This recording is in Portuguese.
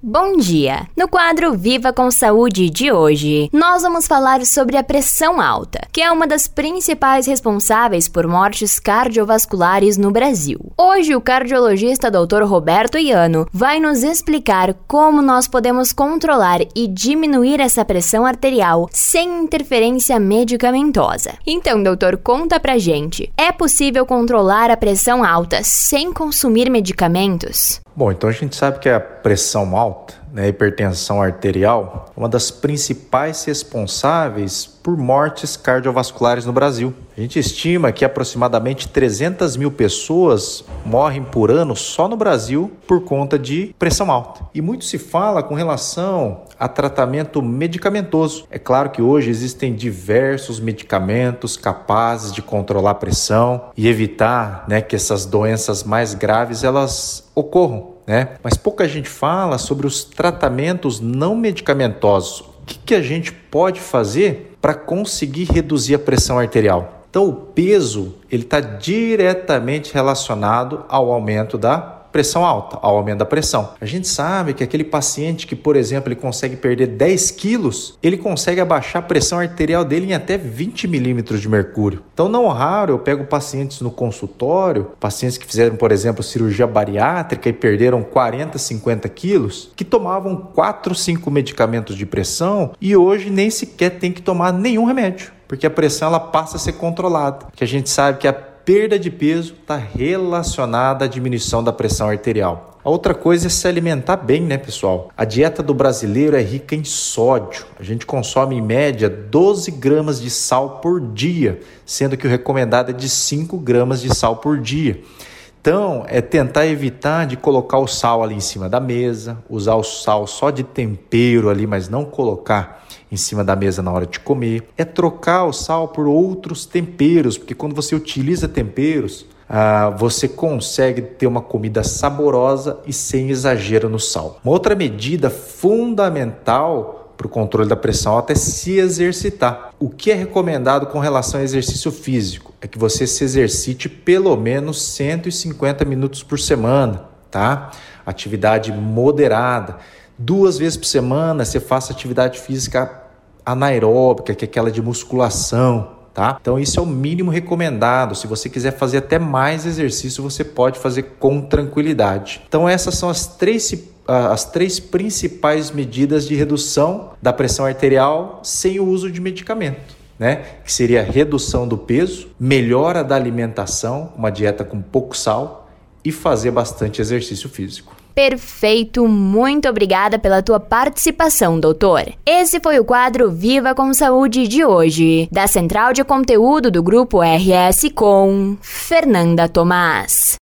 Bom dia! No quadro Viva com Saúde de hoje, nós vamos falar sobre a pressão alta, que é uma das principais responsáveis por mortes cardiovasculares no Brasil. Hoje, o cardiologista Dr. Roberto Iano vai nos explicar como nós podemos controlar e diminuir essa pressão arterial sem interferência medicamentosa. Então, doutor, conta pra gente, é possível controlar a pressão alta sem consumir medicamentos? Bom, então a gente sabe que a pressão alta, a hipertensão arterial, é uma das principais responsáveis por mortes cardiovasculares no Brasil. A gente estima que aproximadamente 300 mil pessoas morrem por ano só no Brasil por conta de pressão alta. E muito se fala com relação a tratamento medicamentoso. É claro que hoje existem diversos medicamentos capazes de controlar a pressão e evitar, que essas doenças mais graves elas ocorram. Mas pouca gente fala sobre os tratamentos não medicamentosos. O que a gente pode fazer para conseguir reduzir a pressão arterial? Então, o peso está diretamente relacionado ao aumento da pressão alta, ao aumento da pressão. A gente sabe que aquele paciente que, por exemplo, ele consegue perder 10 quilos, ele consegue abaixar a pressão arterial dele em até 20 milímetros de mercúrio. Então, não raro, eu pego pacientes no consultório, pacientes que fizeram, por exemplo, cirurgia bariátrica e perderam 40, 50 quilos, que tomavam 4, 5 medicamentos de pressão e hoje nem sequer tem que tomar nenhum remédio, porque a pressão ela passa a ser controlada. Porque a gente sabe que a perda de peso está relacionada à diminuição da pressão arterial. A outra coisa é se alimentar bem, pessoal? A dieta do brasileiro é rica em sódio. A gente consome em média 12 gramas de sal por dia, sendo que o recomendado é de 5 gramas de sal por dia. Então, é tentar evitar de colocar o sal ali em cima da mesa, usar o sal só de tempero ali, mas não colocar em cima da mesa na hora de comer. É trocar o sal por outros temperos, porque quando você utiliza temperos, você consegue ter uma comida saborosa e sem exagero no sal. Uma outra medida fundamental para o controle da pressão alta é se exercitar. O que é recomendado com relação ao exercício físico é que você se exercite pelo menos 150 minutos por semana, tá? Atividade moderada. 2 vezes por semana você faça atividade física anaeróbica, que é aquela de musculação, tá? Então isso é o mínimo recomendado. Se você quiser fazer até mais exercício, você pode fazer com tranquilidade. Então essas são as três principais medidas de redução da pressão arterial sem o uso de medicamento, que seria a redução do peso, melhora da alimentação, uma dieta com pouco sal e fazer bastante exercício físico. Perfeito, muito obrigada pela tua participação, doutor. Esse foi o quadro Viva com Saúde de hoje, da Central de Conteúdo do Grupo RS com Fernanda Tomás.